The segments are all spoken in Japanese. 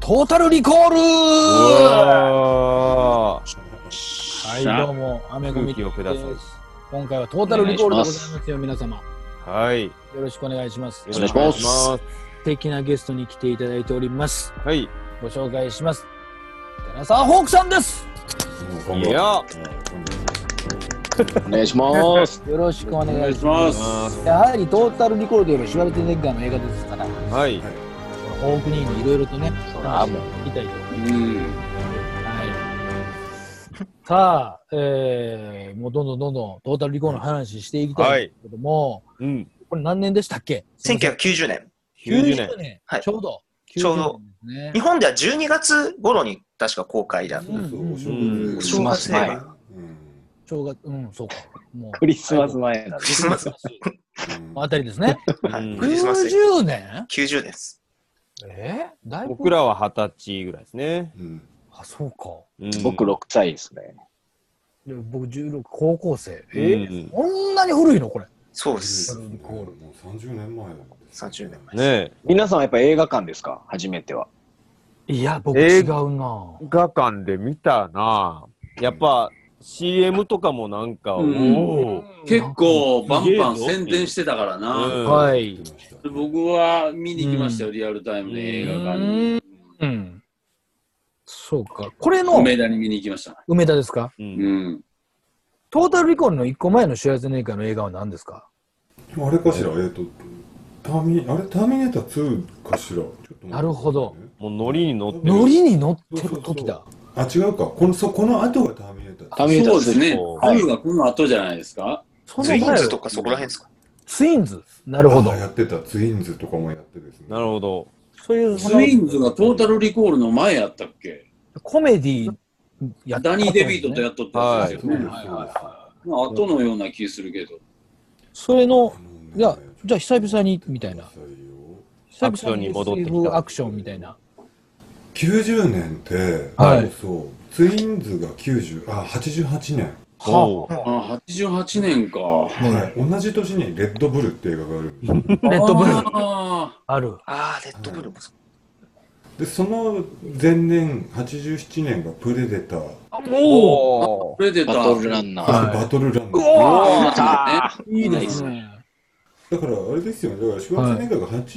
トータルリコールははい、 どうも、アメゴミ空気をください。 今回はトータルリコールでございますよ、皆様。 はい。 よろしくお願いします。 お願いします。 素敵なゲストに来ていただいております。 はい。 ご紹介します。寺澤ホークさんです。 いや。 お願いします。 よろしくお願いします。やはりトータルリコールといえばシュワルツェネッガーの映画ですから。 はい。 ホークニーにいろいろとね、話を聞きたいと。さあ、もうどんどんトータルリコールの話していきたいんですけども、これ何年でしたっけ ？1990年。 90年。 はい。 ちょうど。 ちょうど。日本では12月頃に確か公開だった。 お正月前。 正月、そうか。 もうクリスマス前なんです。クリスマス。 あたりですね。 はい。クリスマス。 90年 ?90 です。 だいぶ僕らは20歳ぐらいですね。 あ、そうか。 僕6歳ですね。 僕16、高校生。こんなに古いのこれ。 そうです。 もう30年前。 30年前。 ねえ。 皆さんはやっぱ映画館ですか？初めては。 いや、僕違うな。 映画館で見たな。やっぱ CM とかもなんか、 結構バンバン宣伝してたからな。 はい。 僕は見に行きましたよ、リアルタイムで映画館に。 そうか。これの梅田に見に行きました。 梅田ですか？ うん。 トータルリコールの1個前のシュワルツェネッガーの映画は何ですか？ あれかしら、ターミネーター2かしら。 なるほど。 もうノリに乗ってる。 ノリに乗ってる時だ。 あ、違うか。この後がターミネーター。 そうですね。2がこの後じゃないですか。 ツインズとかそこら辺ですか？ ツインズ。なるほど。 やってた。ツインズとかもやってですね。 なるほど。 そういうツインズがトータルリコールの前やったっけ？ コメディダニー・デビートとやっとったやつですよね。後のような気するけど。 それの、じゃあ久々にみたいな。 アクションに戻ってきた。 アクションみたいな。 90年って、そう、ツインズが88年。 88年か。 はい。同じ年にレッドブルって映画がある。 レッドブルある。 レッドブルもそう。 で、その前年、87年がプレデター。 プレデター。 バトルランナー。 バトルランナー。いいですね。 だからあれですよね。だからシュワルツェネッガーが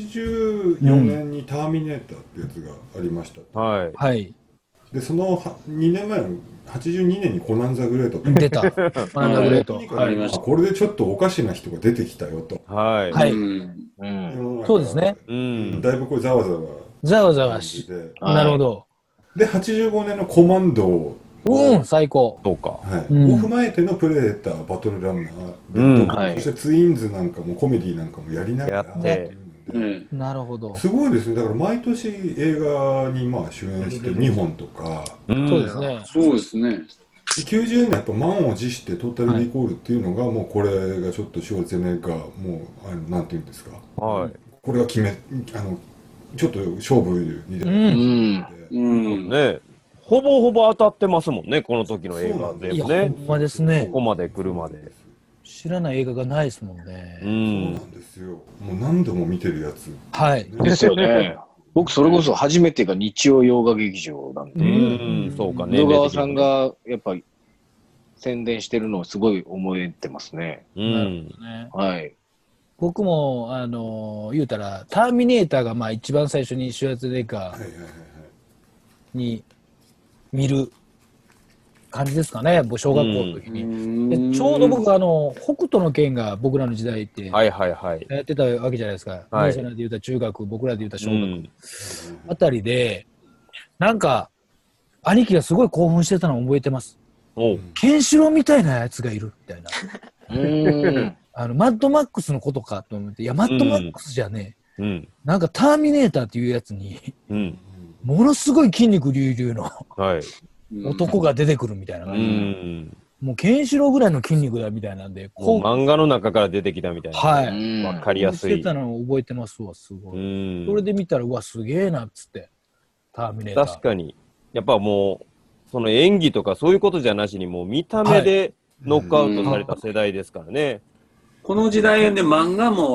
84年にターミネーターってやつがありました。 はい。 で、その2年前の82年にコナン・ザ・グレートって出た。コナン・ザ・グレート。 ありました。これでちょっとおかしな人が出てきたよと。 はい。 そうですね。 だいぶこれざわざわ。 ざわざわし。なるほど。 で、85年のコマンドを。 最高。 そうか。 を踏まえてのプレデター、バトルランナー、そしてツインズなんかもコメディなんかもやりながら。 なるほど。 すごいですね。だから毎年映画に主演して2本とか。 そうですね。 そうですね。 90年やっぱ満を持してトータルリコールっていうのがもうこれがちょっとシュワルツェネッガーもうなんていうんですか。これがちょっと勝負みたいな。 ね。ほぼほぼ当たってますもんね、この時の映画でね。 ほんまですね。 ここまで来るまで。 知らない映画がないですもんね。 そうなんですよ。もう何度も見てるやつ。 はい。 ですよね。僕それこそ初めてが日曜洋画劇場なんで。 そうかね。 野川さんがやっぱり宣伝してるのをすごい思えてますね。はい。 僕も言うたらターミネーターが一番最初にシュワルツェネッガーに見る感じですかね。小学校の時に。でちょうど僕北斗の拳が僕らの時代ってやってたわけじゃないですか。兄さんで言うたら中学、僕らで言うたら小学あたりでなんか兄貴がすごい興奮してたのを覚えてます。ケンシロウみたいなやつがいるみたいな。マッドマックスのことかと思って、いやマッドマックスじゃねえ。なんかターミネーターっていうやつにものすごい筋肉隆々の男が出てくるみたいな。もうケンシロウぐらいの筋肉だみたいなんで、 漫画の中から出てきたみたいな。わかりやすい。 してたのを覚えてますわ、すごい。それで見たら、うわ、すげえなっつって、ターミネーター。 確かに。やっぱもう、その演技とかそういうことじゃなしに、もう見た目でノックアウトされた世代ですからね。 この時代で漫画も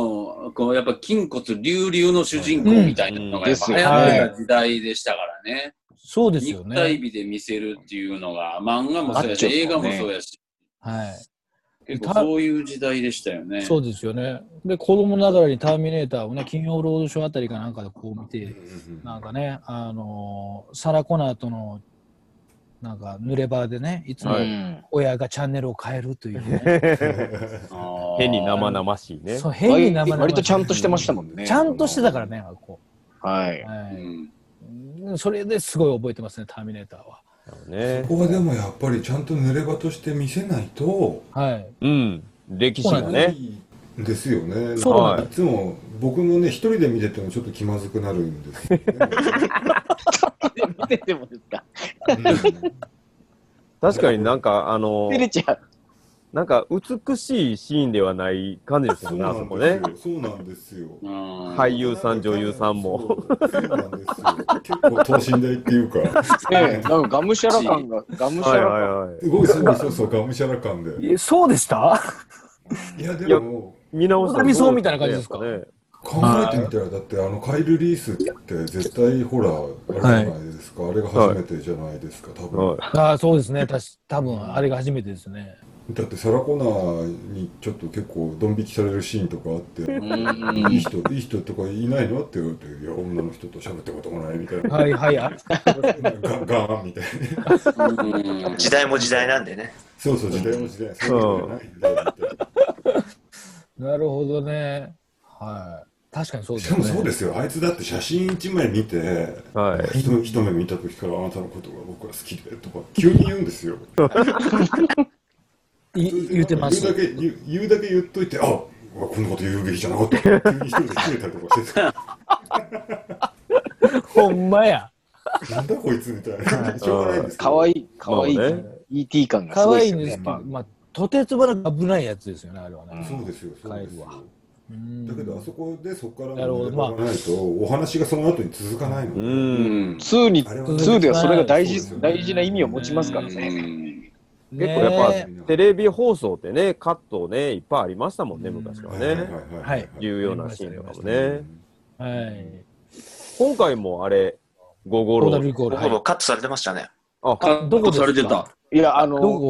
こうやっぱ筋骨隆々の主人公みたいなのがやっぱ流行ってた時代でしたからね。 そうですよね。 肉体美で見せるっていうのが、漫画もそうやし、映画もそうやし。 はい。 結構そういう時代でしたよね。 そうですよね。で、子供ながらにターミネーターをね、金曜ロードショーあたりかなんかでこう見て、なんかね、サラ・コナーとの、なんか濡れ場でね、いつも親がチャンネルを変えるというね。 変に生々しいね。 そう、変に生々しい。 割とちゃんとしてましたもんね。 ちゃんとしてたからね、こう。はい。 それですごい覚えてますね、ターミネーターは。 そこはでもやっぱりちゃんと濡れ場として見せないと、 はい。 うん。歴史がね。 ですよね。 そういつも僕もね、一人で見ててもちょっと気まずくなるんですよね。 見ててもですか。 確かになんか照れちゃう。 なんか美しいシーンではない感じですよね、あそこね。 そうなんですよ。 俳優さん、女優さんも。 そうなんですよ。結構等身大っていうか。 なんかがむしゃら感が、がむしゃら感。 すごい、そう、がむしゃら感で。 そうでした？ いや、でも、 見直したらそうみたいな感じですかね。 考えてみたら、だってカイル・リースって絶対ほら、あれじゃないですか。あれが初めてじゃないですか、多分。 ああ、そうですね。多分あれが初めてですね。 だってサラ・コナーにちょっと結構ドン引きされるシーンとかあっていい人とかいないのって言われて、いや女の人と喋ったこともないみたいな。 はいはいガーンみたいな。時代も時代なんでね。 そう時代も時代。そうじゃないんだよみたいな。なるほどね。はい。確かにそうですね。しかもそうですよ。あいつだって写真一枚見て、一目見た時からあなたのことが僕は好きでとか急に言うんですよ。 言ってます。 言うだけ言っといて、こんなこと言うべきじゃなかった。急に一人で切れたりとかしてほんまや。 なんだこいつみたいな。しょうがないんですけど。 かわいい ET 感がすごいですよね。 かわいいんですけど、まあとてつもなく危ないやつですよね、あれはね。 そうですよ。 カエルは。 だけどあそこでそこから学ばないとお話がその後に続かないの。 2ではそれが大事な意味を持ちますからね。 結構やっぱテレビ放送ってね、カットね、いっぱいありましたもんね、昔はね。重要なシーンとかもね。 はい。 今回もあれ、ゴゴロカットされてましたね。 どこされてた？ いや、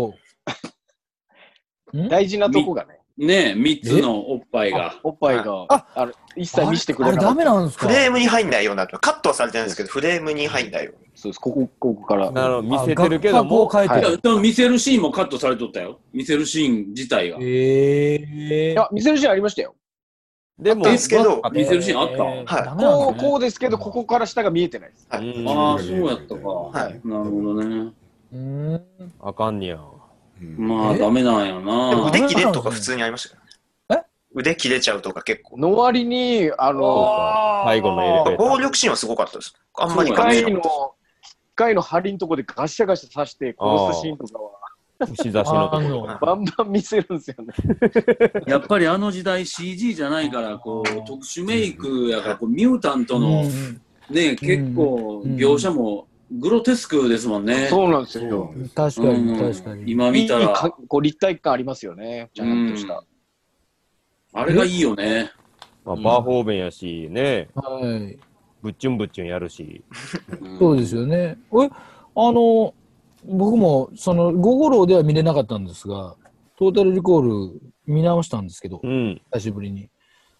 大事なとこがね。 ねえ、3つのおっぱいが。 一切見せてくれなかった。 ダメなんですか？ フレームに入んないような、カットはされてないんですけど、フレームに入んないよ。 そうです、ここから。 見せてるけども、 見せるシーンもカットされとったよ。見せるシーン自体が。 いや、見せるシーンありましたよ。 でも、ですけど、 見せるシーンあった。 こうですけど、ここから下が見えてないです。 ああ、そうやったか。なるほどね。 あかんにゃ。 まあ、ダメなんやな。 腕切れとか普通にありましたよ。腕切れちゃうとか結構。 の割に、 最後のエレベーター。 暴力シーンはすごかったです。あんまり機械の針のとこでガシャガシャ刺して殺すシーンとかは。 串刺しのところバンバン見せるんですよね。 やっぱりあの時代 CG じゃないから、こう、特殊メイクやから、ミュータントの、ね、結構、描写もグロテスクですもんね。 そうなんですよ。 確かに。 今見たら。 こう立体感ありますよね。ちゃんとした。 あれがいいよね。 バーホーベンやしね。 はい。 ぶっちゅんぶっちゅんやるし。 そうですよね。僕もその5号楼では見れなかったんですが、トータルリコール見直したんですけど、久しぶりに。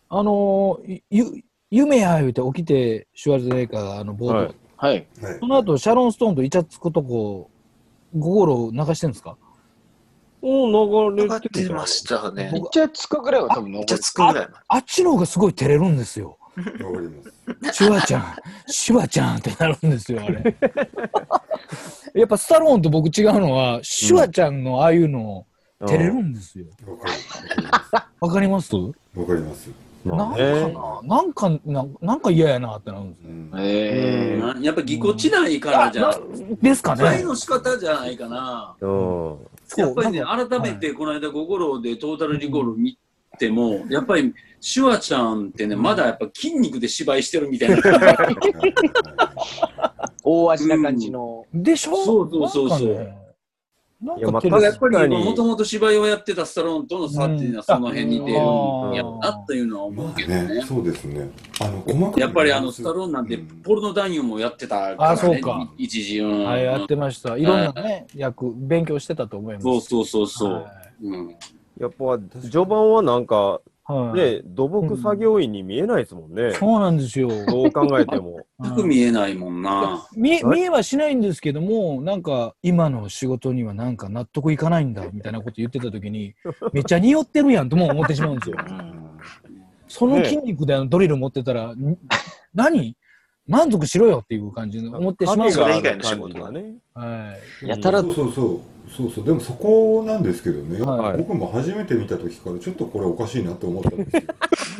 夢や言うて起きてシュワルツェネッガーがボード。 はい。 その後、シャロン・ストーンとイチャつくとこ、5号楼流してるんですか？ 流れてましたね。 イチャつくぐらいは多分イチャつくぐらい。 あっちの方がすごい照れるんですよ。シュワちゃんってなるんですよ、あれ。やっぱスタローンと僕違うのは、シュワちゃんのああいうの照れるんですよ。わかります？ わかります。 なんか嫌やなってなるんですよ。やっぱぎこちないからじゃですかね。 対の仕方じゃないかな。やっぱりね、改めてこの間5号楼でトータルリコール見ても、やっぱりシュワちゃんってね、まだやっぱ筋肉で芝居してるみたいな。 大味な感じの。 でしょ？ そう。 いや、まあ、 ただやっぱり、 確かにもともと芝居をやってたスタローンとの差っていうのは、その辺に出るんやなというのは思うけどね。 そうですね。細かくやっぱりスタローンなんて、ポルノ男優もやってたからね、 そうか一時。 はい、やってました。いろんなね、勉強してたと思います。 そう。 やっぱ、序盤はなんか、ね、土木作業員に見えないですもんね。 そうなんですよ。 どう考えても。 よく見えないもんな。 見えはしないんですけども、なんか今の仕事にはなんか納得いかないんだみたいなこと言ってた時に、めっちゃ匂ってるやんとも思ってしまうんですよ。その筋肉でドリル持ってたら、何満足しろよっていう感じで思ってしまうそれ以外の仕事がね。 やたらそうでもそこなんですけどね、僕も初めて見た時からちょっとこれおかしいなと思ったんですよ。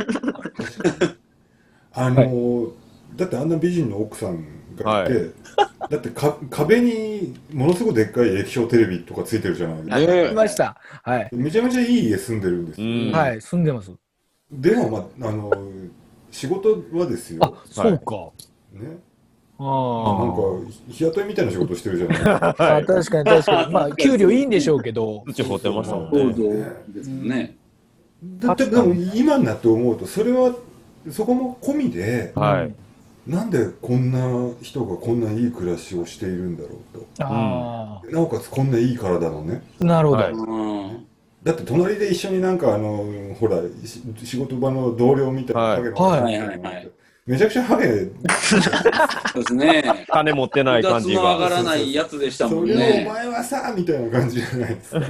だってあんな美人の奥さんがいて、だって壁にものすごいでっかい液晶テレビとかついてるじゃないですか。 いました。はい。 めちゃめちゃいい家住んでるんですよ。 はい、住んでます。 でも仕事はですよ。 そうか。 ね。なんか日雇いみたいな仕事してるじゃないですか。 確かに。まあ給料いいんでしょうけど。 土掘ってましたもんね。 でも今になって思うとそれはそこも込みで、なんでこんな人がこんないい暮らしをしているんだろうと。なおかつこんないい体のね。 なるほど。 だって隣で一緒になんかほら仕事場の同僚みたいなハゲの方めちゃくちゃハゲそうですね。 金持ってない感じが。 上がらないやつでしたもんね。 それお前はさみたいな感じじゃないですか。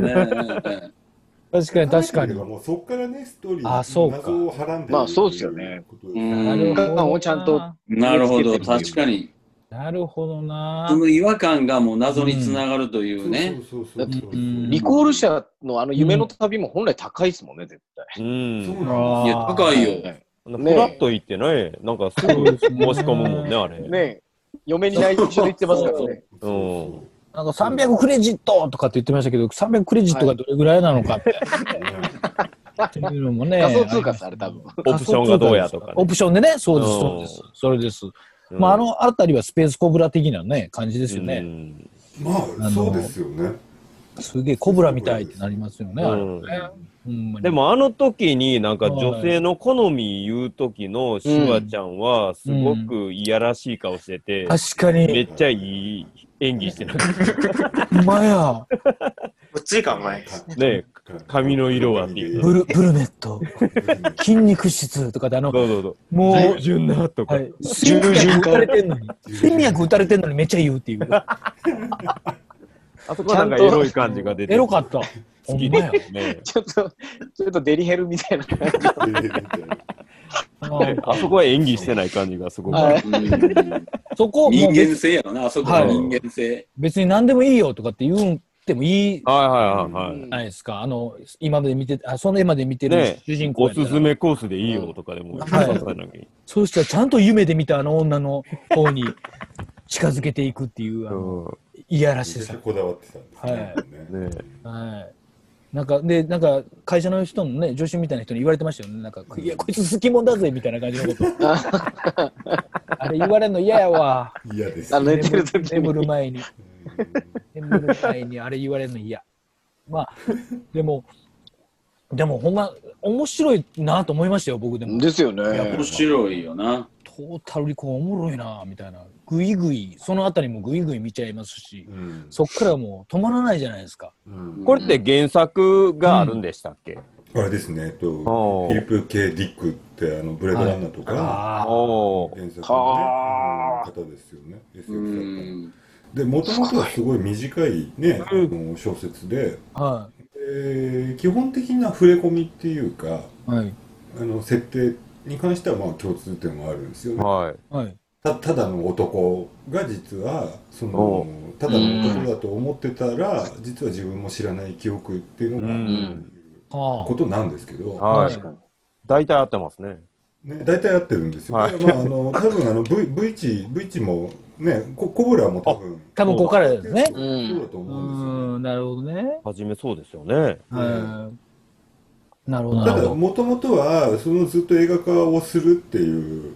確かに。 もうそこからねストーリーの謎をはらんでる。 まあそうですよね。 なるほど。 ちゃんと。 なるほど、確かに。 なるほどな。 その違和感がもう謎につながるというね。 リコール社の夢の旅も本来高いですもんね、絶対。 いや、高いよ。 フラッと行ってね、なんかすぐ申し込むもんね、あれ。 ね、嫁に内緒で言ってますからね。 なんか300クレジットとかって言ってましたけど、300クレジットがどれぐらいなのかっていうのもね。 仮想通貨され多分。 オプションがどうやとか。 オプションでね、そうです。それです。まああたりはスペースコブラ的なね、感じですよね。 まあ、そうですよね。 すげえコブラみたいってなりますよね、あれね。 でもあの時になんか女性の好み言う時のシュワちゃんはすごくいやらしい顔してて、 確かにめっちゃいい演技してる。 うまや。 ぶっついかうまい。 ね、髪の色はっていう。 ブルネット、筋肉質とかでもう純なとか、 心脈打たれてんのにめっちゃ言うっていう。 あそこはなんかエロい感じが出てエロかった。 好きですね。 ちょっとデリヘルみたいな感じ。 あそこは演技してない感じがすごく。 そこ人間性やろな、あそこは人間性。 別に何でもいいよとかって言ってもいいじゃないですか。今まで見て、その絵まで見てる主人公。 おすすめコースでいいよとかでも。 そうしたらちゃんと夢で見た女の方に近づけていくっていう、いやらしさ。 こだわってたんですね。 はい。なんか会社の人のね、女子みたいな人に言われてましたよね。なんか、いや、こいつ好きもんだぜみたいな感じのこと。あれ言われるの嫌やわ。 嫌です。 眠る前にあれ言われるの嫌。まあ、でもほんま、面白いなと思いましたよ、僕でも。 ですよね。 面白いよな。 トータルリコおもろいなみたいな。ぐいぐい、そのあたりもぐいぐい見ちゃいますし、そっからもう止まらないじゃないですか。 これって原作があるんでしたっけ？ あれですね、フィリップ・K・ディックってブレードランナーとか、原作の方ですよね、SF 作家で、もともとはすごい短いね、小説で、基本的な触れ込みっていうか、設定に関してはまあ共通点はあるんですよね。ただの男が実はただの男だと思ってたら実は自分も知らない記憶っていうのがことなんですけど、 大体合ってますね。 大体合ってるんですよ。まあ多分V 値もね、コブラも多分ここからですね。 そうだと思うんですよ。 なるほどね。 初めそうですよね。 なるほど。 ただもともとはずっと映画化をするっていう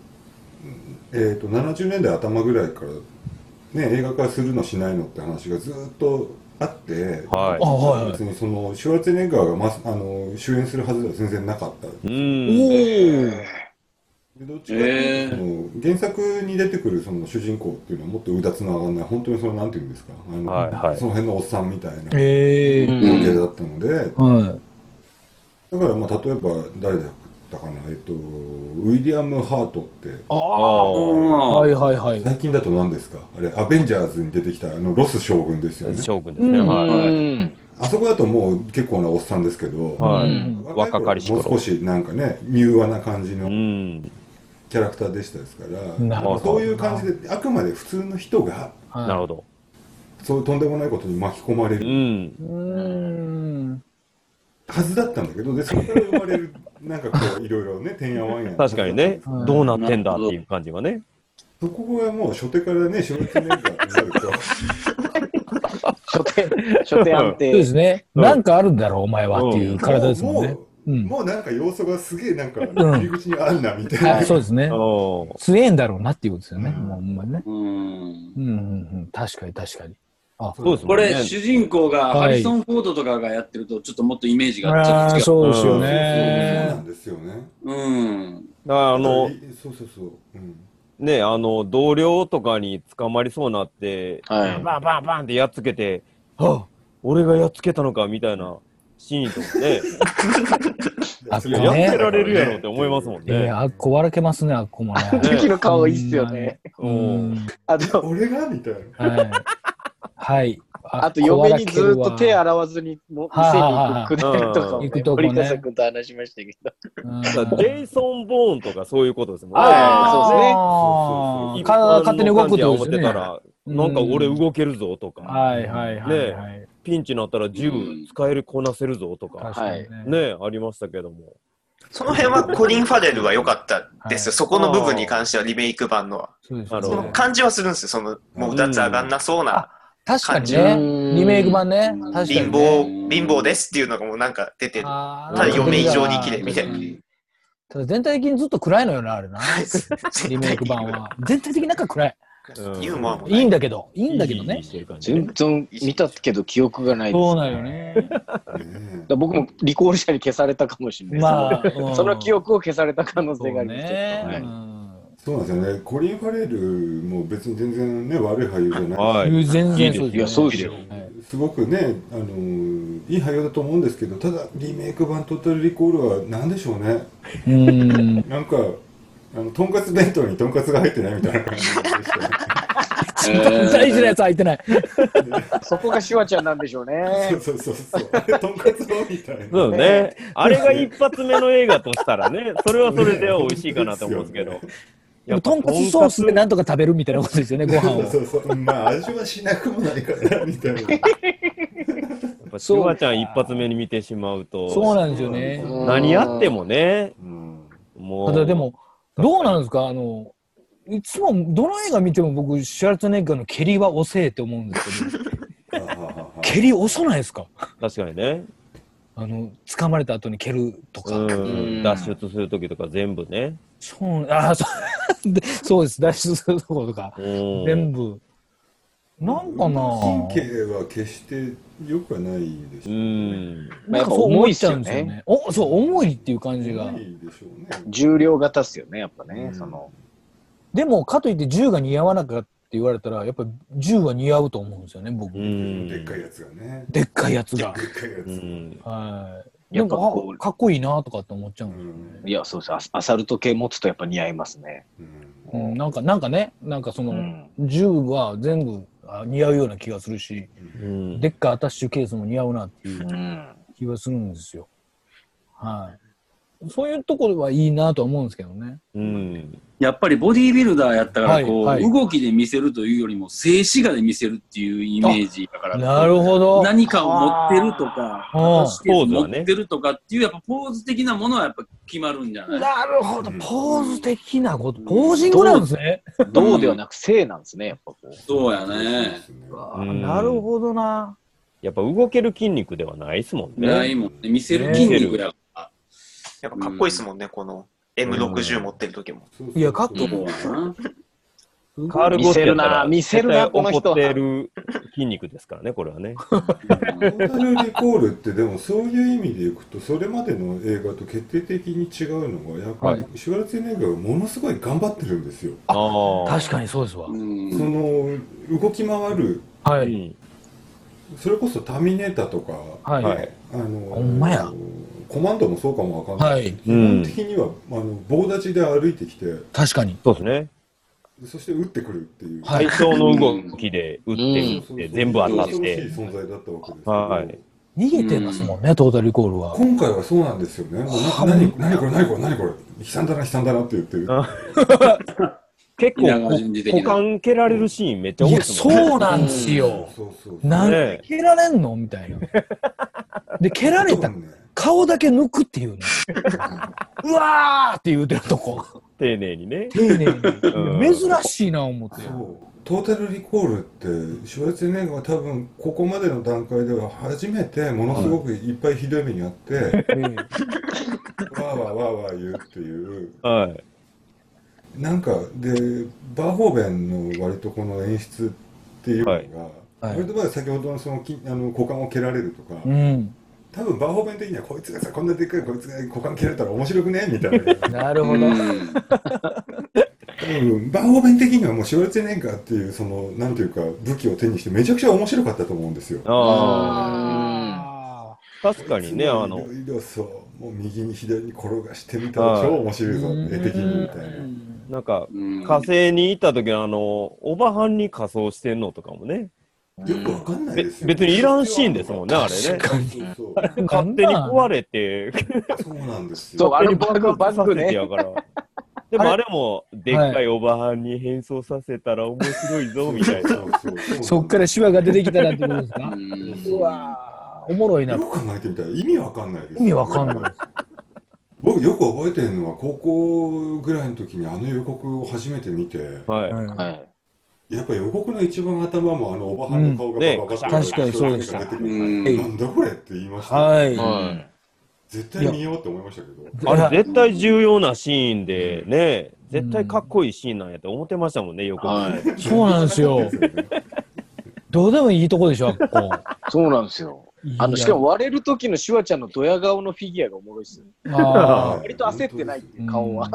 70年代頭ぐらいからね、映画化するのしないのって話がずっとあって、 はい、 別にそのシュワルツェネッガーが、主演するはずでは全然なかった。どっちかというとその原作に出てくるその主人公っていうのはもっとうだつの上がらない本当にそのなんていうんですかその辺のおっさんみたいな光景だったので、だからまあ例えば誰だったかなウィリアム・ハートって最近だと何ですかあれアベンジャーズに出てきたロス将軍ですよね。 将軍ですね。 あそこだともう結構なおっさんですけど、 若かりし頃もう少しなんかね柔和な感じのキャラクターでしたですから、そういう感じであくまで普通の人が、 なるほど、 そういうとんでもないことに巻き込まれるはずだったんだけど、でそこから生まれるなんかこういろいろねてんやわんや確かにね、どうなってんだっていう感じはね。 そこがもう初手からねシュワルツェネッガーってなると初手安定。 そうですね。なんかあるんだろうお前はっていう体ですもんね。 もうなんか要素がすげえなんか入り口にあんなみたいな。 そうですね。強えんだろうなっていうことですよね。もうほんまにね。確かに確かに。 これ主人公がハリソン・フォードとかがやってるとちょっともっとイメージがちょっと違う。 そうですよね。 そうなんですよね。 だからそうね、同僚とかに捕まりそうになって、バンバンバンってやっつけて、俺がやっつけたのかみたいなシーンとかね。やってられるやろって思いますもんね。 あっこ笑けますね、あっこもね。 時の顔いいっすよね。 俺がみたいな。 はい。 あと嫁にずっと手洗わずに店に行くくだりとかもね、森笠君と話しましたけど。ジェイソン・ボーンとかそういうことですもんね。 そうですね。 勝手に動くと思ってたら、なんか俺動けるぞとか。 ね、 ピンチになったら銃使えるこなせるぞとか。ね、ありましたけども。 その辺はコリン・ファレルは良かったですよ。そこの部分に関してはリメイク版のは。その感じはするんですよ。そのもううだつ上がんなそうな。 確かにね、リメイク版ね。 貧乏ですっていうのがもうなんか出てる。ただ嫁以上に綺麗みたいな。 ただ全体的にずっと暗いのよな、あれな。リメイク版は。全体的になんか暗い。 ユーモアもいいんだけどね。 全然見たけど記憶がないです。 そうなんよね。 僕もリコール者に消されたかもしれない。その記憶を消された可能性があります。 そうなんですよね。コリン・ファレルも別に全然ね悪い俳優じゃない。 全然そうです。 いやそうですよ。 すごくねいい俳優だと思うんですけど、ただリメイク版トータルリコールは何でしょうね。なんかとんかつ弁当にとんかつが入ってないみたいな感じでした。 大事なやつ入ってない。 そこがシュワちゃんなんでしょうね。 そう。とんかつをみたいな。 そうね。あれが一発目の映画としたらね、それはそれで美味しいかなと思うんですけど。 とんかつソースでなんとか食べるみたいなことですよね、ご飯を。 そうまあ味はしなくもないかなみたいな。やっぱシュワちゃん一発目に見てしまうと。 そうなんですよね。 何やってもね。 もう。ただでもどうなんですかいつもどの映画見ても僕シュワルツェネッガーの蹴りは遅えって思うんですけど蹴り遅ないですか？ 確かにね。 掴まれた後に蹴るとか脱出する時とか全部ね。 そうです、脱出するとことか全部なんかな。 神経は決して良くはないでしょうね。 やっぱ重いっすよね。 そう重いっていう感じが。 重量型っすよねやっぱね。 でもかといって銃が似合わなかったって言われたらやっぱり銃は似合うと思うんですよね僕。 でっかいやつがね。 でっかいやつが。はい。やっぱかっこいいなとかって思っちゃうんですよね。 いやそうです。アサルト系持つとやっぱ似合いますね。 なんかね、なんかその銃は全部似合うような気がするし、でっかいアタッシュケースも似合うなっていう気がするんですよ。はい。そういうところはいいなとは思うんですけどね。 やっぱりボディービルダーやったから動きで見せるというよりも静止画で見せるっていうイメージだから、 なるほど。 何かを持ってるとか持ってるとかっていうやっぱポーズ的なものはやっぱ決まるんじゃない？ なるほど。ポーズ的なこと、ポージングなんですね。 どうではなく静なんですねやっぱ。 そうやね。 なるほどな。 やっぱ動ける筋肉ではないですもんね。 ないもんね。見せる筋肉やから。 やっぱかっこいいですもんねこの。M60 持ってる時も。 いや、かっこいい。 カール・ゴッツやったら見せるな、この人。 怒ってる筋肉ですからね、これはね。 トータルリコールってでもそういう意味でいくとそれまでの映画と決定的に違うのはやっぱりシュワルツェネッガーがものすごい頑張ってるんですよ。 確かにそうですわ。 その動き回る、 はい、 それこそターミネーターとか、 はい、ほんまや。 コマンドもそうかもわかんない、基本的には棒立ちで歩いてきて、 確かにそうですね。 そして打ってくるっていう対象の動きで打って全部当たって恐ろしい存在だったわけですけど、 逃げてますもんね、トータルリコールは。 今回はそうなんですよね。何これ悲惨だなって言ってる。 結構股間蹴られるシーンめっちゃ多いですもんね。 そうなんですよ。なんで蹴られんのみたいな。で蹴られた顔だけ抜くっていうね。うわーって言うてるとこ。 丁寧にね。 丁寧に。珍しいな思って。 トータルリコールってシュワルツェネッガーは多分ここまでの段階では初めてものすごくいっぱいひどい目にあって、わーわー言うっていう。なんかでバーホーベンの割とこの演出っていうのが、割と先ほどのその股間を蹴られるとか。多分バーホーベン的にはこいつがさこんなでっかいこいつが股間蹴られたら面白くねみたいな。 なるほど。 バーホーベン的にはもうシュワルツェネッガーっていうそのなんていうか武器を手にしてめちゃくちゃ面白かったと思うんですよ。 確かにねそうもう右に左に転がしてみたら超面白いぞ絵的にみたいな。 なんか火星に行った時のオバハンに仮装してんのとかもね。 よくわかんないですよ。 別にいらんシーンですもんね、あれね。勝手に壊れて。 そうなんですよ。 あれバグね。 でもあれもでっかいオバハンに変装させたら面白いぞみたいな。 そっからシワが出てきたらってことですか。うわおもろいな。 よく考えてみたら意味わかんないです。 意味わかんないです。 僕よく覚えてるのは高校ぐらいの時に予告を初めて見て。やっぱ予告の一番頭もオバハンの顔がバババッと確かにそうでした。 なんだこれって言いました。絶対見ようって思いましたけど。 あれ絶対重要なシーンでね、絶対かっこいいシーンなんやって思ってましたもんね、予告。 そうなんですよ。どうでもいいとこでしょ、あっこ。 そうなんですよ。しかも割れる時のシュワちゃんのドヤ顔のフィギュアがおもろいっすよ。割と焦ってないって顔は。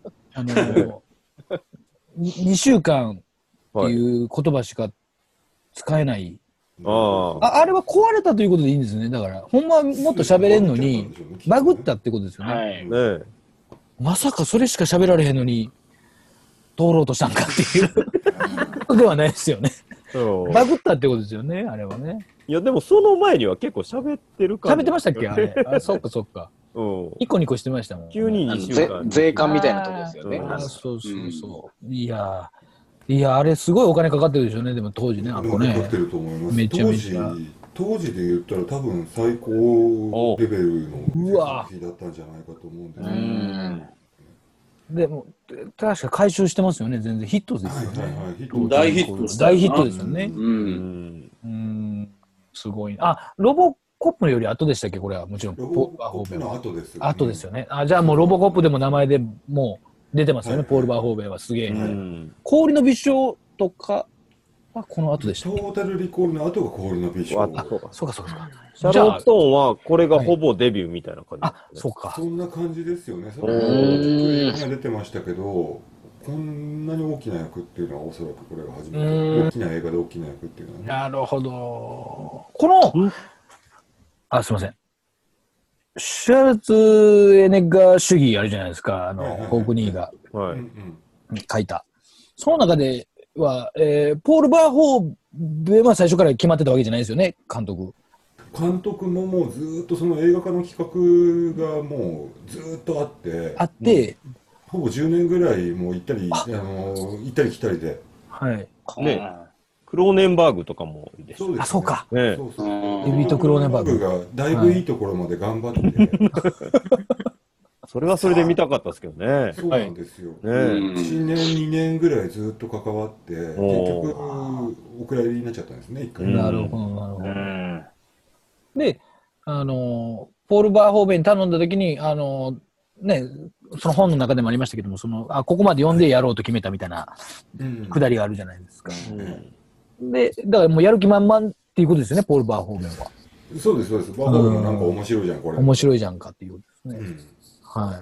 2週間っていう言葉しか使えない。あれは壊れたということでいいんですね。だからほんまはもっと喋れんのにバグったってことですよね。まさかそれしか喋られへんのに通ろうとしたんかっていうではないですよね。バグったってことですよね、あれはね。 いやでもその前には結構喋ってるから。 喋ってましたっけあれ。そっかそっか。ニコニコしてましたもん。 急に2週間。 税関みたいなとこですよね。 そうそうそう。いやあれすごいお金かかってるでしょうね、でも当時ね、あこね。 かかってると思います。 めちゃめちゃ。 当時で言ったら多分最高レベルの設備だったんじゃないかと思うんですけど。 でも確か回収してますよね、全然ヒットですよね。 大ヒットした。 大ヒットですよね。すごい。ロボコップより後でしたっけこれは。もちろんロボコップの後ですよね。 後ですよね。じゃあもうロボコップでも名前でもう出てますよね、ポール・バーホーベンはすげえ。氷の美少とかはこの後でした。 トータルリコールの後が氷の美少。 そうかそうか。 シャロットンはこれがほぼデビューみたいな感じ。 そうか。 そんな感じですよね。それが出てましたけど、こんなに大きな役っていうのはおそらくこれが初めて。大きな映画で大きな役っていうのはね。 なるほど。このすいません。シュワルツェネッガー主義あるじゃないですか、ホークニーが書いた。その中では、ポール・バーホーベンは最初から決まってたわけじゃないですよね、監督。 監督ももうずっとその映画化の企画がもうずっとあって、ほぼ10年ぐらいもう行ったり来たりで。 はい。 ね。クローネンバーグとかもいいです。 そうか。 デビッド・クローネンバーグがだいぶいいところまで頑張って。 それはそれで見たかったですけどね。 そうなんですよ。1年2年ぐらいずっと関わって結局お蔵入りになっちゃったんですね、一回。 なるほどなるほど。でポール・バーホーベンに頼んだ時にその本の中でもありましたけども、ここまで読んでやろうと決めたみたいなくだりがあるじゃないですか。で、だからもうやる気満々っていうことですよね、ポール・バーホーベンは。 そうです、そうです。バーホーベンはなんか面白いじゃん、これ。 面白いじゃんかっていうことですね。はい。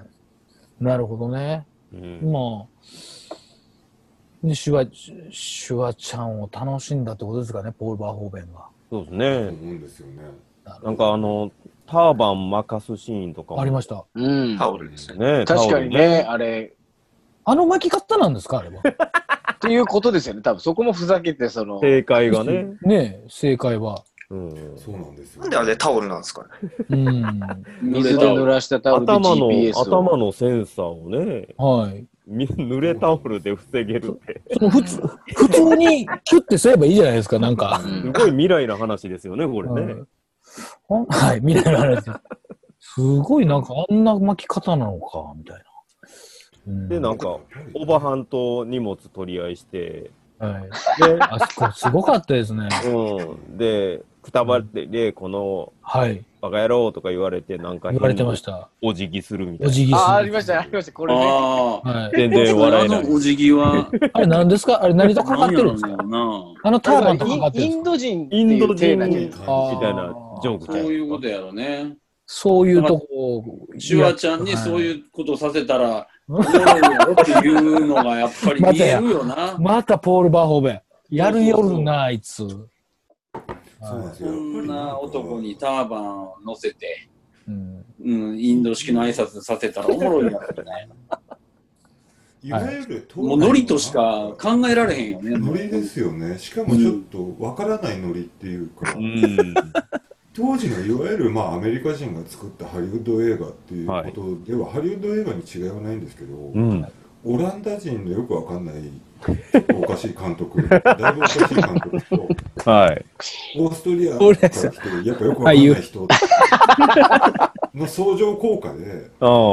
なるほどね。まあ、シュワちゃんを楽しんだってことですかね、ポール・バーホーベンが。 そうですね。 思うんですよね。 なんかターバン巻かすシーンとかもありました。 タオルですね。 確かにね、あれ。 巻き方なんですか、あれは。 っていうことですよね、多分そこもふざけて、 正解がね。 ね、正解は。 そうなんですよ。 なんであれタオルなんですかね。 水で濡らしたタオルで GPS を。 頭のセンサーをね。 はい。 濡れタオルで防げるって。 普通にキュッてすればいいじゃないですか、なんか。 すごい未来の話ですよね、これね。 はい、未来の話です。すごいなんかあんな巻き方なのか、みたいな。 で、なんか、おばはんと荷物取り合いして、 はい。で、あそこすごかったですね。 で、くたばってで、この、 はい。 バカ野郎とか言われて、なんか言われてました。 お辞儀するみたいな。 お辞儀する。 ありました、ありました、これね。 はい。 全然笑えない。 お辞儀は。 あれ何ですか？あれ何とかかってるんですか？ターバンとかかってるんですか？ インド人インド人みみたいなジョークそういうことやろね。 そういうとこ。 シュワちゃんにそういうことさせたら、おもろいやろっていうのがやっぱり見えるよな。 またポール・バーホーベン。やるよるな、あいつ。 こんな男にターバンを乗せて、インド式の挨拶させたらおもろいやろね。 いわゆるもうノリとしか考えられへんよね。 ノリですよね。しかもちょっとわからないノリっていうか、当時のいわゆるアメリカ人が作ったハリウッド映画っていうことでは、ハリウッド映画に違いはないんですけど、オランダ人のよくわかんないおかしい監督、だいぶおかしい監督と、オーストリアから来てるやっぱよくわかんない人の相乗効果で、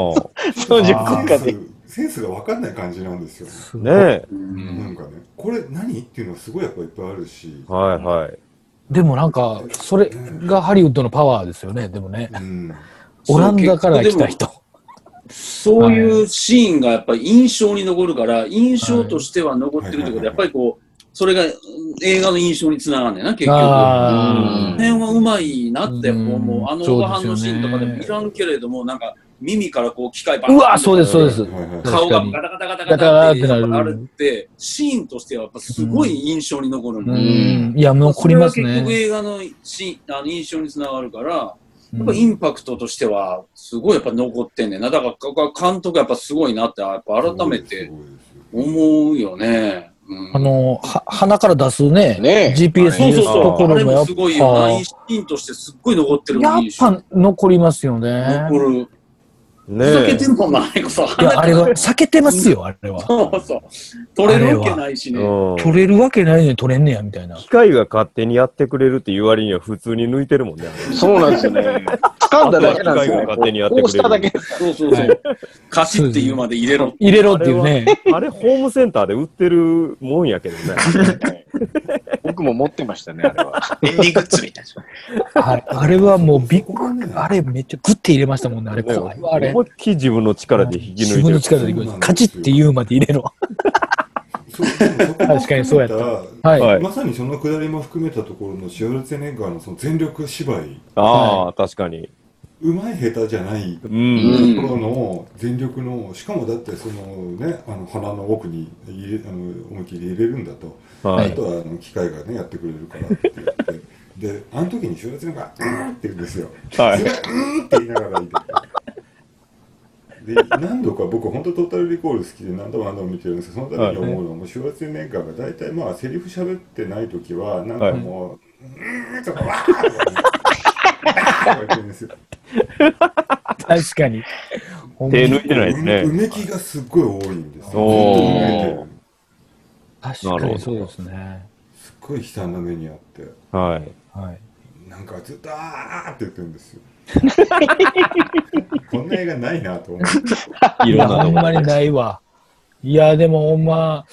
センスがわかんない感じなんですよね。なんかね、これ何っていうのはすごいやっぱいっぱいあるし。 でもなんか、それがハリウッドのパワーですよね、でもね。オランダから来た人。 そういうシーンがやっぱり印象に残るから、印象としては残ってるってことは、やっぱりこう、それが映画の印象につながんねんな、結局。この辺はうまいなって思う。おばはんのシーンとかでもいらんけれども、なんか耳からこう機械バン。うわ、そうです、そうです。 顔がガタガタガタガタってなるって、シーンとしてはやっぱすごい印象に残るの。 いや、残りますね。 結局映画の印象につながるから、やっぱインパクトとしてはすごいやっぱ残ってんねんな。だから監督やっぱすごいなってやっぱ改めて思うよね。 鼻から出すね、GPS のところもやっぱすごいよな。シーンとしてすっごい残ってる。 やっぱ残りますよね。 残る。避けてるもんな、あれこそ。 いや、あれは避けてますよ、あれは。 そうそう。取れるわけないしね。 取れるわけないのに取れんねや、みたいな。 機械が勝手にやってくれるっていう割には普通に抜いてるもんね。 そうなんですよね。掴んだだけなんですよ。 機械が勝手にやってくれる。 こうしただけ。 そうそうそう。カシっていうまで入れろ。 入れろっていうね。 あれ、ホームセンターで売ってるもんやけどね。 僕も持ってましたね、あれは。 便利グッズみたいな。あれはもうビッグ、あれめっちゃグッて入れましたもんね、あれ怖いわ、あれ。 思いっきり自分の力で引き抜いてる。 自分の力で引き抜いてカチって言うまで入れろ。確かにそうやった。 まさにそのくだりも含めたところのシュワルツェネッガーのその全力芝居。 ああ、確かに。 うまい下手じゃないところの全力の、しかもだってそのね、鼻の奥に思いっきり入れるんだと。あとは機械がね、やってくれるからって言って。で、あの時にシュワルツェネッガー、って言うんですよ。って言いながら言ってで何度か僕本当トータルリコール好きで何度も見てるんですけど、その度に思うのはもうシュワルツェネッガーが大体セリフ喋ってない時はなんかもうとかわーとか言ってるんですよ。 確かに手抜いてないですね。 うめきがすっごい多いんですよ。 確かにそうですね。 すっごい悲惨な目にあってなんかずっとあーって言ってるんですよ。こんな映画ないなと思う。 いや、ほんまにないわ。いや、でもほんま、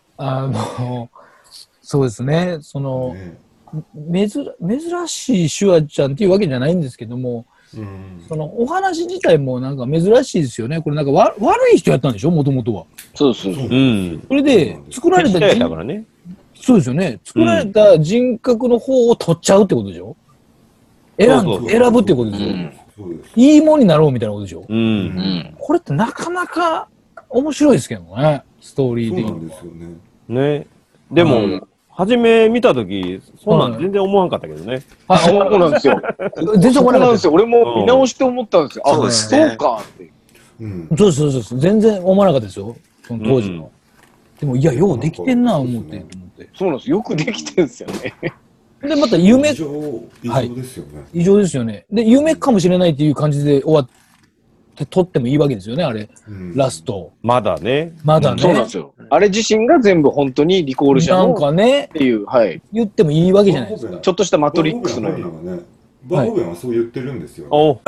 そうですね、珍しいシュワちゃんっていうわけじゃないんですけども、 そのお話自体もなんか珍しいですよね。これなんか悪い人やったんでしょ、もともとは。 そうそうそう。 それで、作られただからね。 そうですよね。作られた人格の方を取っちゃうってことでしょ。選ぶってことですよ。いいもんになろうみたいなことでしょ。これってなかなか面白いですけどね、ストーリー的に。そうなんですよね。ね。でも、初め見たとき、そんなん全然思わんかったけどね。 そうなんですよ。全然思わなかったですよ。俺も見直して思ったんですよ。あ、そうかって。 そう。全然思わなかったですよ。その当時の。でも、いや、ようできてんな、思って。 そうなんです。よくできてんですよね。 で、また夢。 異常ですよね。 異常ですよね。で、夢かもしれないっていう感じで終わって撮ってもいいわけですよね、あれ。ラスト。 まだね。 まだね。 そうなんですよ。あれ自身が全部本当にリコール者の。 なんかね。 っていう、はい。 言ってもいいわけじゃないですか。 ちょっとしたマトリックスの。 バーホーベンはそう言ってるんですよ。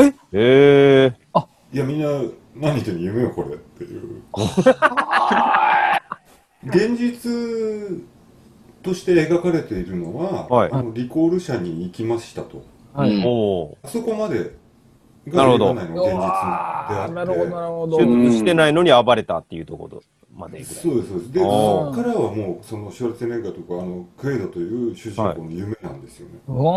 いや、みんな、何言ってんの夢よ、これっていう。現実として描かれているのは、リコール社に行きましたと。あそこまでが映画内の現実であって。 なるほど。 手術してないのに暴れたっていうところまで。 そうです。で、そこからはもう、そのシュワルツェネッガーとか、クエイドという主人公の夢なんですよね。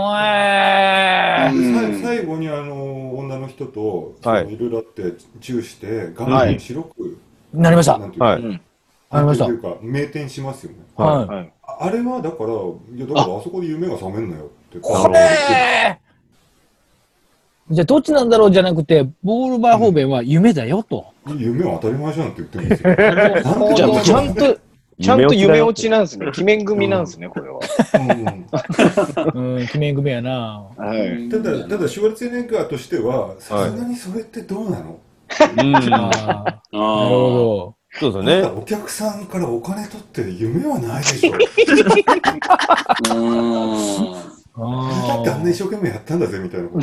最後に女の人といろいろあってチューして顔面白くなりました。 ありました。というか明転しますよね。あれはだからあそこで夢が覚めんなよって。 これじゃあどっちなんだろうじゃなくてボールバーホーベンは夢だよと。 夢は当たり前じゃんって言ってるんですよ。 じゃあちゃんと夢落ちなんですね。鬼面組なんですね、これは。 鬼面組やな。 ただシュワルツェネッガーとしてはさすがにそれってどうなの？ なるほど。 そうですね。 お客さんからお金取って夢はないでしょ。だってあんな一生懸命やったんだぜみたいなこと。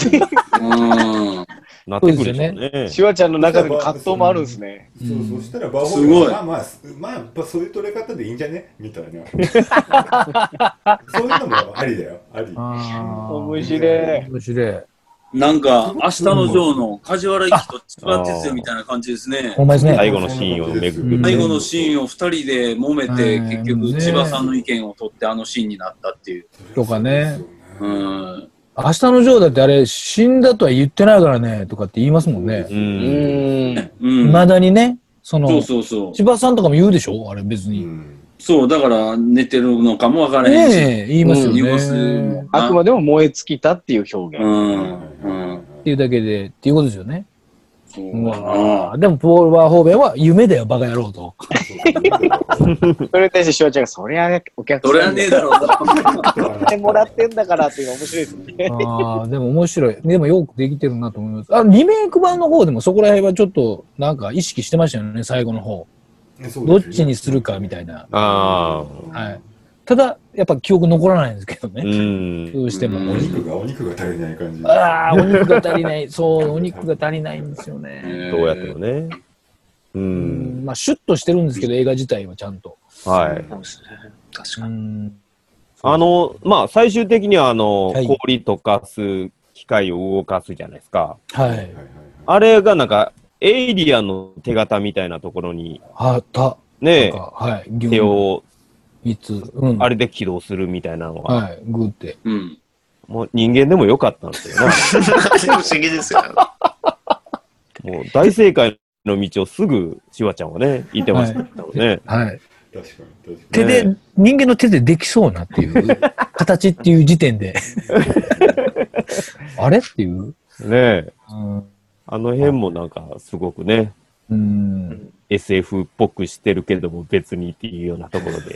なってくるね。 シュワちゃんの中でも葛藤もあるんですね。 そしたらバーホーベンはまあそういう取れ方でいいんじゃねみたいな。そういうのもありだよ。あり。 面白い。 なんか、明日のジョーの梶原一騎と千葉哲也みたいな感じですね。 最後のシーンを巡る。 最後のシーンを2人で揉めて、結局千葉さんの意見を取ってあのシーンになったっていう。 とかね。明日のジョーだってあれ死んだとは言ってないからねとかって言いますもんね。未だにね。そう千葉さんとかも言うでしょあれ別に。 そう、だから寝てるのかもわからへんし。 言いますよね。 あくまでも燃え尽きたっていう表現。 っていうだけで、っていうことですよね。でも、ポール・バーホーベンは夢だよ、バカ野郎と。 それに対してシュワちゃんが、そりゃお客さん。 そりゃねえだろうと。もらってんだからっていうのが面白いですね。 でも面白い。でもよくできてるなと思います。リメイク版の方でもそこら辺はちょっと、なんか意識してましたよね、最後の方。どっちにするかみたいな。ただ、やっぱ記憶残らないんですけどね。どうしても。 お肉が足りない感じ。 お肉が足りない。そう、お肉が足りないんですよね。 どうやってもね。 まあ、シュッとしてるんですけど、映画自体はちゃんと。 はい。 確かに。 まあ、最終的には、氷溶かす機械を動かすじゃないですか。 はい。 あれがなんか、エイリアンの手形みたいなところに、ね、手を、あれで起動するみたいなのは。 グーって。 もう人間でもよかったんですよね。 不思議ですよね。もう大正解の道をすぐシュワちゃんはね、言ってましたね。 はい。手で、人間の手でできそうなっていう形っていう時点で。あれっていう。 ねえ。あの辺もなんかすごくね。SF っぽくしてるけども別にっていうようなところで。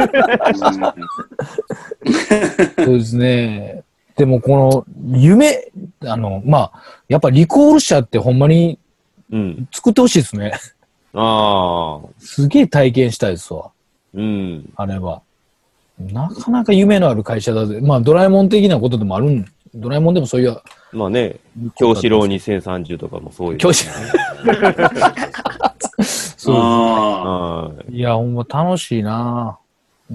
そうですね。でもこの夢、まあ、やっぱリコール社ってほんまに作ってほしいですね。すげえ体験したいですわ。あれは。なかなか夢のある会社だぜ。まあドラえもん的なことでもあるん。ドラえもんでもそういう。 まあね、京志郎2030とかもそういう。 京志郎。そうです。いや、ほんま楽しいな。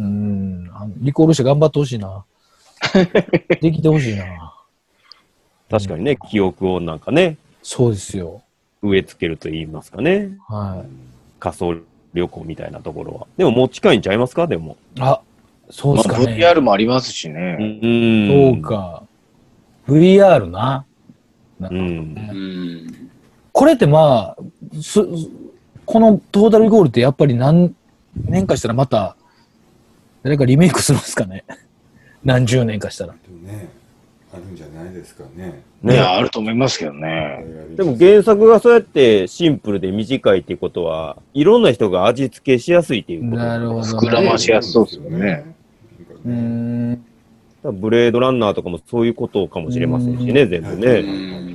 リコール社頑張ってほしいな。できてほしいな。 確かにね、記憶をなんかね、 そうですよ。 植え付けると言いますかね。 はい。 仮想旅行みたいなところは。でももう近いんちゃいますかでも。 あ、そうですかね。 VR もありますしね。 そうか。VR な。これってまあ、このトータルイコールってやっぱり何年かしたらまた誰かリメイクするんですかね。何十年かしたら。 ね、あるんじゃないですかね。 いや、あると思いますけどね。 でも原作がそうやってシンプルで短いっていうことは、いろんな人が味付けしやすいっていうこと。 なるほど、ね。 膨らましやすそうですよね。 ブレードランナーとかもそういうことかもしれませんしね、全部ね。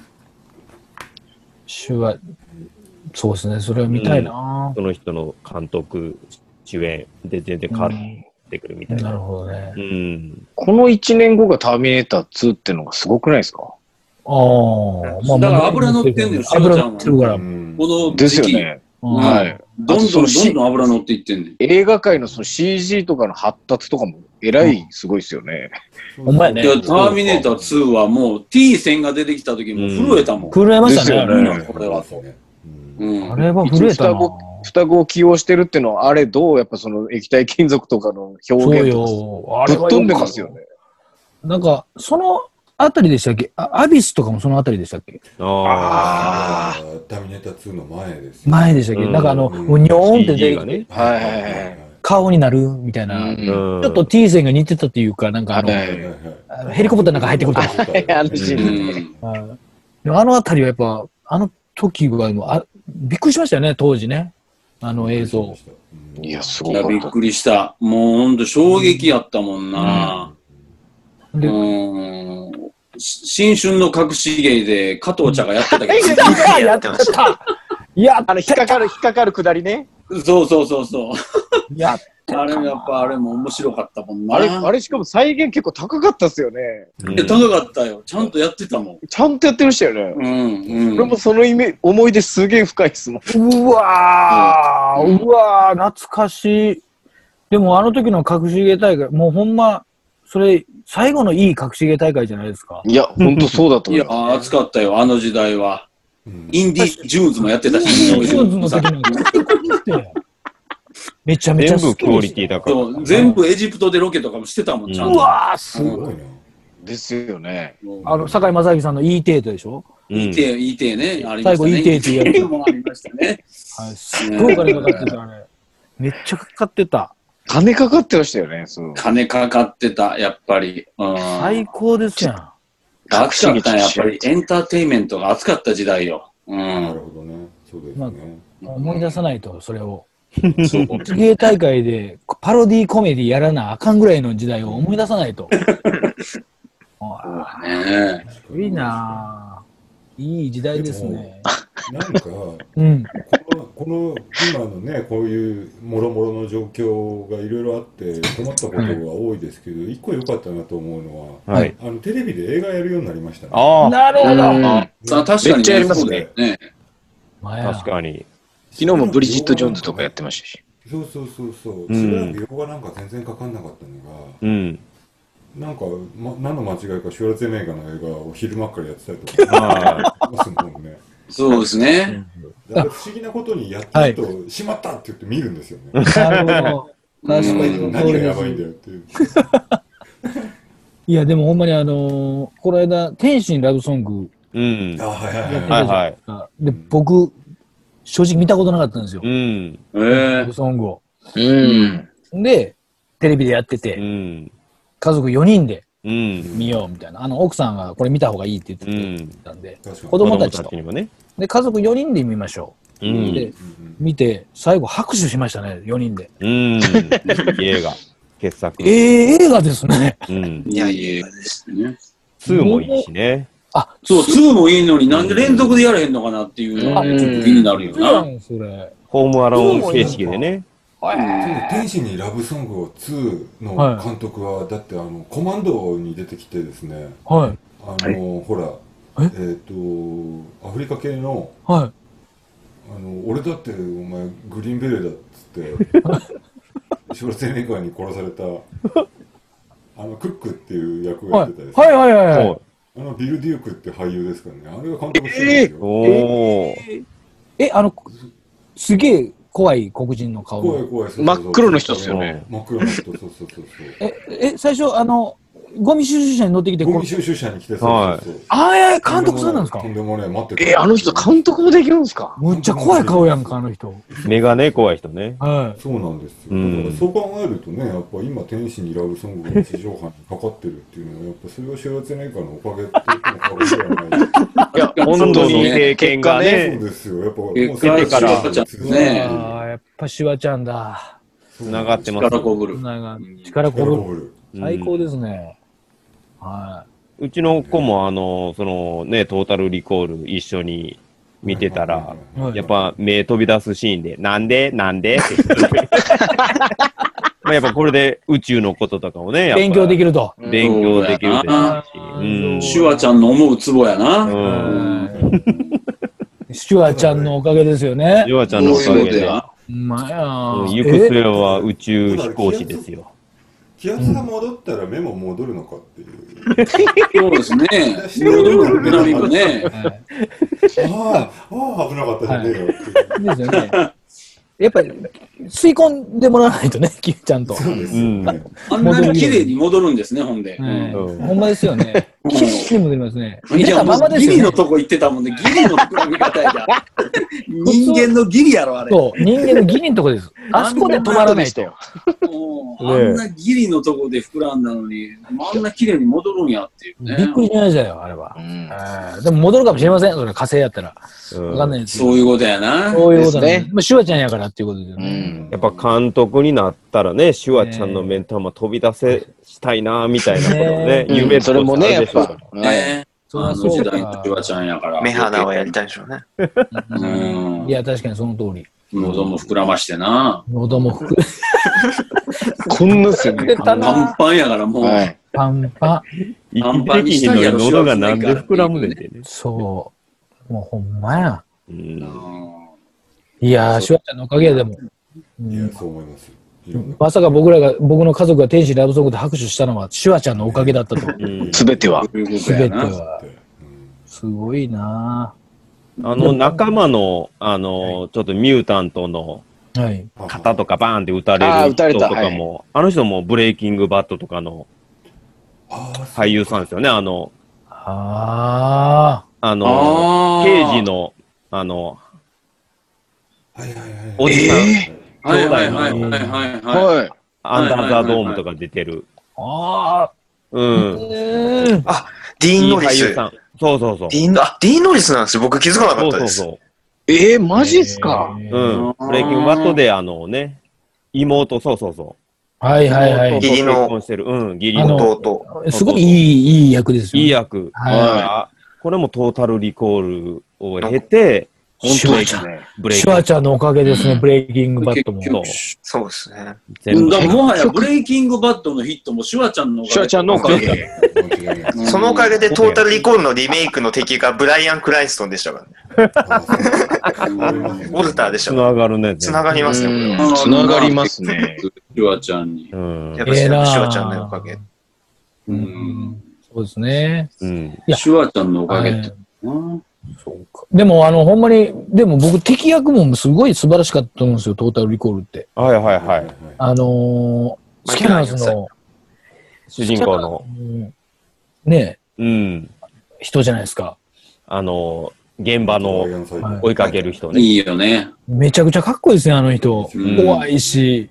手話、そうですね、それは見たいな、 その人の監督、主演で全然変わってくるみたいな。 なるほどね。 この1年後がターミネーター2ってのがすごくないですか？ ああ、 まあ、だから油乗ってんのよ、 油乗ってるから。このですよね。はい。 どんどん油乗っていってんねん。 映画界のその CG とかの発達とかもえらいすごいですよね。 お前ね。 ターミネーター2はもう T 線が出てきた時も震えたもん。 震えましたね。 これはと。 あれは震えたな。 双子を起用してるっていうのは、あれどうやっぱその液体金属とかの表現とかぶっ飛んでますよね。 なんか、そのあたりでしたっけ？アビスとかもそのあたりでしたっけ？ ああ、ターミネーター2の前です。 前でしたっけ？なんかニョーンって出て、顔になるみたいな。ちょっと T 線が似てたっていうか、なんかヘリコプターなんか入ってくるとか。あのあたりはやっぱ、あの時はびっくりしましたよね、当時ね。あの映像。 いや、すごい。 びっくりした。もうほんと衝撃やったもんな。新春の隠し芸で加藤茶がやってたけど。 やってた。いや、 引っかかるくだりね。 そう。あれやっぱあれも面白かったもんな。 あれしかも再現結構高かったっすよね。 高かったよ。ちゃんとやってたもん。 ちゃんとやってましたよね。俺もその思い出すげえ深いっすもん。 うわー、懐かしい。でもあの時の隠し芸大会、もうほんま、それ、最後のいい隠し芸大会じゃないですか。 いや、ほんとそうだと思う。 いや、熱かったよ、あの時代は。インディ・ジューンズもやってたし、 インディ・ジューンズの時なんか、めちゃめちゃ全部クオリティだから。 全部エジプトでロケとかもしてたもん、ちゃんと。 うわー、すごいな。 ですよね。 堺正明さんの E テートでしょ？ E テーね。 最後 E テーっていうやつもありましたね。 すごい金かかってたね。めっちゃかかってた。 金かかってましたよね。 金かかってた、やっぱり。 最高ですやん。 熱かったやっぱりエンターテインメントが熱かった時代よ。 なるほどね。そうですね。 思い出さないと、それを。芸大会でパロディコメディやらなあかんぐらいの時代を思い出さないと。いいなぁ。いい時代ですね。 なんか、この今のね、こういうもろもろの状況がいろいろあって困ったことが多いですけど、一個良かったなと思うのは、テレビで映画やるようになりましたね。 なるほど。 確かにやりますね。 確かに。 昨日もブリジット・ジョーンズとかやってましたし。 そう。しばらく横がなんか全然かかんなかったのが、なんか、何の間違いか、シュワルツェネッガーの映画を昼間からやってたりとか、 そうですね。 不思議なことにやってると、しまったって言って見るんですよね。 なるほど。確かに。 何がやばいんだよっていう。 いや、でもほんまにこの間、天心ラブソングやってたで、僕、正直見たことなかったんですよ。ラブソングを。で、テレビでやってて、家族4人で見ようみたいな。奥さんがこれ見た方がいいって言ってたんで、子供たちと。で、家族4人で見ましょう。で、見て、最後拍手しましたね、4人で。 映画、傑作。 映画ですね。 いや、映画ですね。 2もいいしね。 そう、2もいいのになんで連続でやらへんのかなっていうのがちょっと気になるよな。 ホームアローン形式でね。 天使にラブソングを2の監督は、だってコマンドに出てきてですね、ほら、アフリカ系の、俺だってお前グリーンベレーだっつってシュワルツェネッガーに殺されたクックっていう役をやってたですね。 ビル・デュークって俳優ですからね。あれが監督してるんですよ。 すげえ怖い黒人の顔。 怖い。 真っ黒の人ですよね。 真っ黒の人、そう。 最初、ゴミ収集車に乗ってきて、 ゴミ収集車に来て、そう。 監督そうなんですか？ とんでもね、待ってて。 あの人監督もできるんですか？ むっちゃ怖い顔やんか、あの人。 目がね、怖い人ね。 はい。 そうなんですよ。だからそう考えるとね、やっぱ今、天使にラブソングが地上波にかかってるっていうのは、やっぱそれはシュワルツェネッガーのおかげって言っても過言ではない。 いや、本当に経験がね。 そうですよ。やっぱ、もう結果から、ね。 やっぱシュワちゃんだ。 繋がってます。 力こぶる。 力こぶる。最高ですね。 うちの子もそのね、トータルリコール一緒に見てたら、やっぱ目飛び出すシーンで、なんでってまあやっぱこれで宇宙のこととかをね、 勉強できると。 勉強できるでし。シュワちゃんの思うツボやな。 シュワちゃんのおかげですよね。 シュワちゃんのおかげで。 まや行く末は宇宙飛行士ですよ。 気圧が戻ったら目も戻るのかっていう。 そうですね。戻る波もね。 危なかったじゃねえよって。 ですよね。やっぱり吸い込んでもらわないとね、ちゃんと。 そうですよね。 あんなに綺麗に戻るんですね、ほんで。 ほんまですよね。綺麗に戻りますね。 いや、ギリのとこ行ってたもんね。ギリの膨らみ方やじゃん。人間のギリやろ、あれ。 そう、人間のギリのとこです。あそこで止まらないと。 あんなギリのとこで膨らんだのに、あんな綺麗に戻るんやっていうね。 びっくりしましたよ、あれは。でも戻るかもしれません、それ火星やったら。わかんないです。 そういうことやな。 そういうことね。シュワちゃんやからっていうことですよね。 やっぱ監督になったらね、シュワちゃんの目ん玉飛び出せしたいな、みたいなことね。夢それもね、やっぱ。 ね。あの時代のシュワちゃんやから。 目鼻はやりたいでしょうね。 いや、確かにその通り。 喉も膨らましてな。 喉も膨らこんなっすよね。 パンパンやからもう。 パンパン。息できひんのに喉がなんで膨らむねんてね。 そう。もうほんまや。いやー、シュワちゃんのおかげでも。 いや、そう思います。 まさか僕の家族が天使ラブソングで拍手したのはシュワちゃんのおかげだったと。 すべては。 すべては。すごいな仲間の、ちょっとミュータントの、肩とかバーンって撃たれる人とかも、あの人もブレイキングバットとかの俳優さんですよね、刑事の、おじさん、兄弟の、アンダーザドームとか出てる。 ディーン・ノリス。 そう。 ディーン・ノリスなんですよ。僕気づかなかったです。 そう。 マジっすか？ ブレイキングバットで妹、そう。 はい。 義理の義理の弟。 すごいいい役ですよ。 いい役。これもトータルリコールを経て、 シュワちゃんのおかげですね、ブレイキングバットも。 そうですね。 もはやブレイキングバットのヒットもシュワちゃんのおかげ。 シュワちゃんのおかげ。 そのおかげでトータルリコールのリメイクの敵がブライアン・クライストンでしたからね。ウォルターでしたから。 つながるね。 つながりますね、これは。 つながりますね。 シュワちゃんに。 やっぱシュワちゃんのおかげ。 そうですね。 シュワちゃんのおかげって。 そうか。でも、ほんまに、でも僕、敵役もすごい素晴らしかったと思うんですよ、トータルリコールって。 はい。 スキャナーズの、 主人公の、 ね人じゃないですか。 現場の追いかける人ね。 いいよね。 めちゃくちゃかっこいいですね、あの人。怖いし。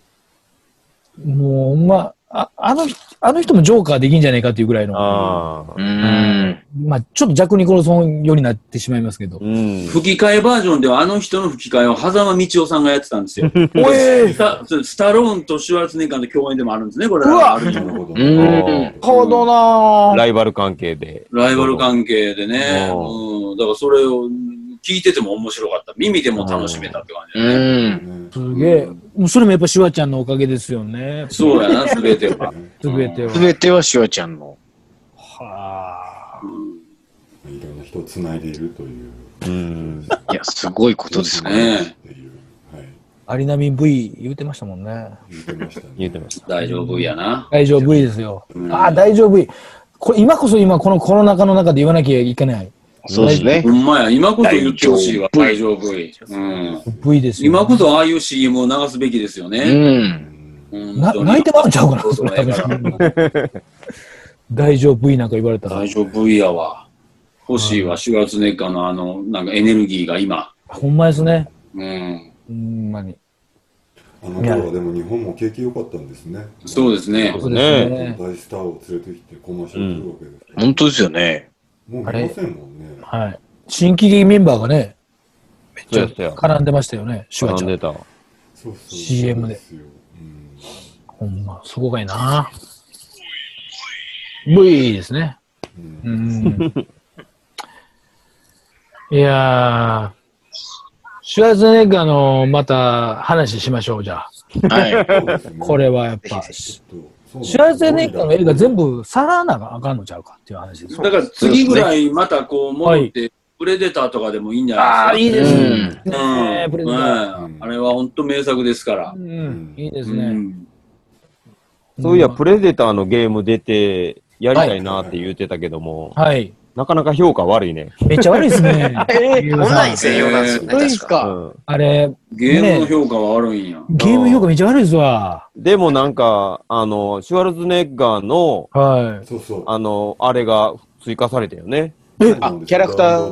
もう、あの人もジョーカーできんじゃないかっていうぐらいの。まあちょっとジャック・ニコルソンようになってしまいますけど。 吹き替えバージョンではあの人の吹き替えを狭間道夫さんがやってたんですよ。スタローンとシュワルツェネッガーの共演でもあるんですね、これ。 うわなるほどなライバル関係で。 ライバル関係でね。だからそれを聞いてても面白かった。耳でも楽しめたって感じだね。 すげえ。それもやっぱシュワちゃんのおかげですよね。 そうやな、すべては。 すべてはシュワちゃんの。 いろんな人をつないでいるという。 いや、すごいことですね。 アリナミン V 言うてましたもんね。 言うてました。 大丈夫やな。 大丈夫 V ですよ。大丈夫 V。 これ今このコロナ禍の中で言わなきゃいけない。 そうですね。 ほんまや、今こそ言ってほしいわ、大丈夫 V。 V ですよ。 今こそああいう CM を流すべきですよね。 泣いてまうんちゃうかな。大丈夫 V なんか言われたら。 大丈夫 V やわ。欲しいわ、シュワルツェネッガーのなんかエネルギーが今。 ほんまですね。 ほんまに。 あの頃はでも日本も景気良かったんですね。 そうですね。 大スターを連れてきてコマーシャルするわけです。 本当ですよね。 もう見ませんもんね。 はい。新喜劇メンバーがね、めっちゃ絡んでましたよね、シュワちゃん。 絡んでた。 CM で。ほんま、そこがいいな。V ですね。いやー、シュワルツェネッガーのまた話しましょう、じゃあ。はい。これはやっぱ、シュワルツェネッガーの映画全部さらながあかんのちゃうかっていう話です。 だから次ぐらいまたこう戻って、プレデターとかでもいいんじゃないですか。 ああ、いいですね。プレデター。 あれは本当名作ですから。 いいですね。 そういや、プレデターのゲーム出て、やりたいなって言ってたけども、 はい。 なかなか評価悪いね。 めっちゃ悪いですね。 オンライン専用なんですよね。 そうですか。 あれ、 ゲームの評価は悪いんや。 ゲーム評価めっちゃ悪いですわ。 でもなんか、シュワルツェネッガーの、 はい。 あれが追加されたよね。 キャラクタ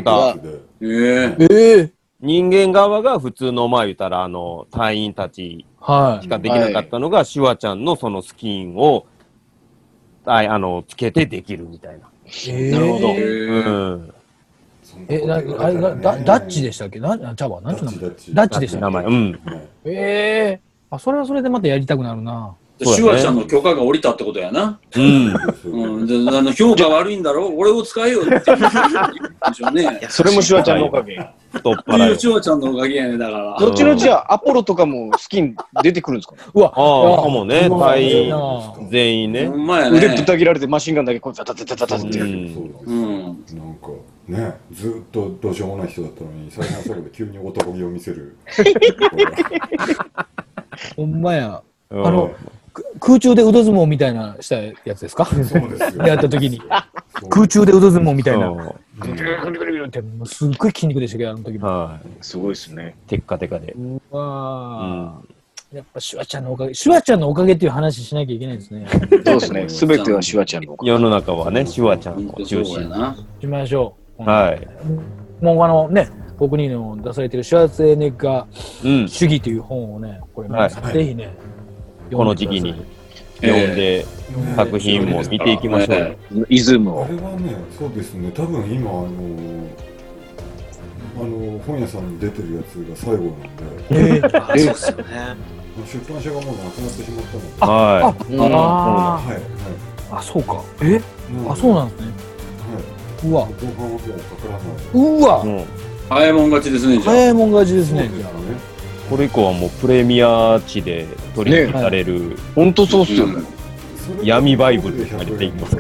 ー。人間側が普通の、まあ言ったら、隊員たちしかできなかったのが、シュワちゃんのそのスキンを、つけてできるみたいな。 なるほど。 あれがダッチでしたっけ？ちゃうわ、なんちゅうの？ダッチでしたっけ？それはそれでまたやりたくなるな。 シュワちゃんの許可が下りたってことやな。評価悪いんだろ？俺を使えよって。 それもシュワちゃんのおかげ。 シュワちゃんのおかげやね、だから。 どっちのじゃあ、アポロとかもスキン出てくるんですか？ うわ、 かもね、隊員全員ね。 腕ぶった切られてマシンガンだけこう、タタタタタタって。 なんかね、ずっとどうしようもない人だったのに、最初の最後で急に男気を見せる。 ほんまや。空中で腕相撲みたいなしたやつですか？そうですよ。やった時に。空中で腕相撲みたいな。すっごい筋肉でしたけど、あの時も。 すごいですね。 テッカテカで。 やっぱシュワちゃんのおかげ、シュワちゃんのおかげっていう話しなきゃいけないですね。 そうですね。すべてはシュワちゃんのおかげ。 世の中はね、シュワちゃんを中心に。 しましょう。はい。 もうね、僕にの出されてるシュワルツェネッガー主義という本をね、これぜひね、 この時期に読んで作品も見ていきましょう。 イズムを。 あれはね、そうですね。多分今本屋さんに出てるやつが最後なんで。 そうですよね。 出版社がもうなくなってしまったので。 そうか。そうなんですね。うわ。 うわ。 早いもん勝ちですね。 早いもん勝ちですね。 これ以降はもうプレミア値で取引される。 本当そうっすよね。 闇バイブルとかに出ていきますから。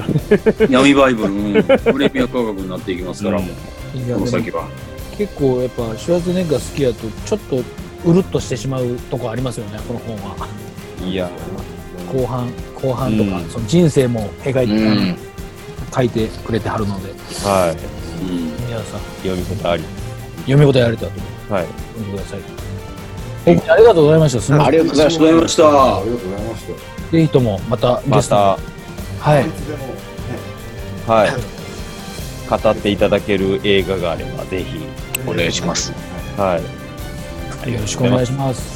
闇バイブル、プレミア価格になっていきますから、もう。この先は。 結構やっぱシュワルツェネッガー好きやとちょっとうるっとしてしまうとこありますよね、この本は。 いや後半とか、その人生も描いて、書いてくれてはるので、皆さん読み応えあり、 読み応えありだと思う。読んでください。ありがとうございました。 ありがとうございました。 ありがとうございました。 ぜひともまたゲスト語っていただける映画があればぜひお願いします。 はい。 よろしくお願いします。